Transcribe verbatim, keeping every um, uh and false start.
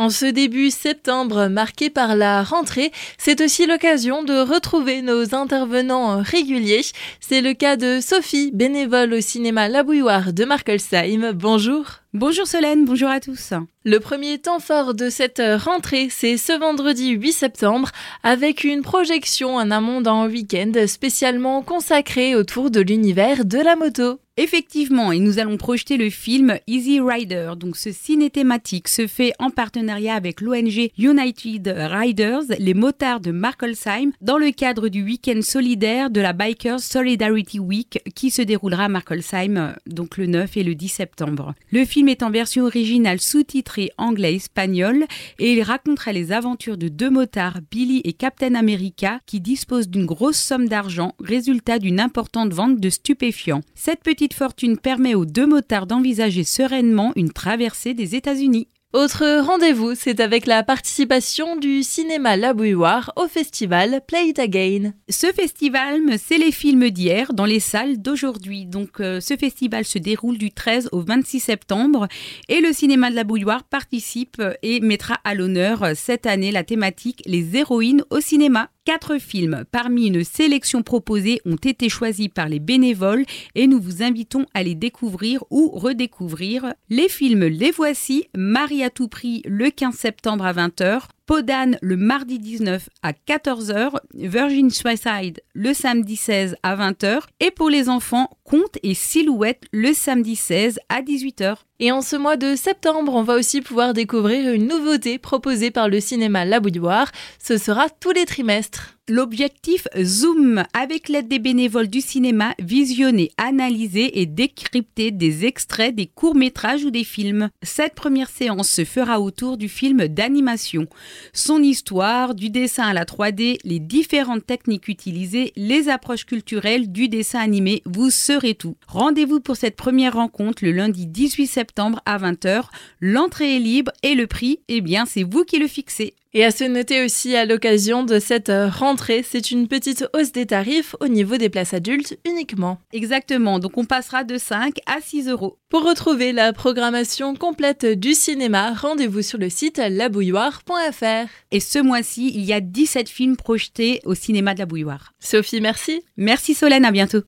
En ce début septembre marqué par la rentrée, c'est aussi l'occasion de retrouver nos intervenants réguliers. C'est le cas de Sophie, bénévole au cinéma La Bouilloire de Markelsheim. Bonjour. Bonjour Solène, bonjour à tous. Le premier temps fort de cette rentrée, c'est ce vendredi huit septembre, avec une projection en amont d'un week-end spécialement consacré autour de l'univers de la moto. Effectivement, et nous allons projeter le film Easy Rider. Donc ce ciné thématique se fait en partenariat avec l'O N G United Riders, les motards de Markelsheim, dans le cadre du week-end solidaire de la Bikers Solidarity Week qui se déroulera à Markelsheim donc le neuf et le dix septembre. Le film est en version originale sous-titrée anglais-espagnol et il racontera les aventures de deux motards, Billy et Captain America, qui disposent d'une grosse somme d'argent, résultat d'une importante vente de stupéfiants. Cette petite fortune permet aux deux motards d'envisager sereinement une traversée des États-Unis. Autre rendez-vous, c'est avec la participation du cinéma La Bouilloire au festival Play It Again. Ce festival, c'est les films d'hier dans les salles d'aujourd'hui. Donc euh, ce festival se déroule du treize au vingt-six septembre et le cinéma de La Bouilloire participe et mettra à l'honneur cette année la thématique Les héroïnes au cinéma. Quatre films parmi une sélection proposée ont été choisis par les bénévoles et nous vous invitons à les découvrir ou redécouvrir. Les films les voici: Marie à tout prix le quinze septembre à vingt heures, Podane le mardi dix-neuf à quatorze heures, Virgin Suicide le samedi seize à vingt heures et pour les enfants, Contes et Silhouettes le samedi seize à dix-huit heures. Et en ce mois de septembre, on va aussi pouvoir découvrir une nouveauté proposée par le cinéma La Bouilloire. Ce sera tous les trimestres. L'objectif Zoom, avec l'aide des bénévoles du cinéma, visionner, analyser et décrypter des extraits des courts-métrages ou des films. Cette première séance se fera autour du film d'animation. Son histoire, du dessin à la trois D, les différentes techniques utilisées, les approches culturelles du dessin animé, vous saurez tout. Rendez-vous pour cette première rencontre le lundi dix-huit septembre à vingt heures. L'entrée est libre et le prix, eh bien, c'est vous qui le fixez. Et à se noter aussi à l'occasion de cette rentrée, c'est une petite hausse des tarifs au niveau des places adultes uniquement. Exactement, donc on passera de cinq à six euros. Pour retrouver la programmation complète du cinéma, rendez-vous sur le site labouilloire point f r. Et ce mois-ci, il y a dix-sept films projetés au cinéma de La Bouilloire. Sophie, merci. Merci Solène, à bientôt.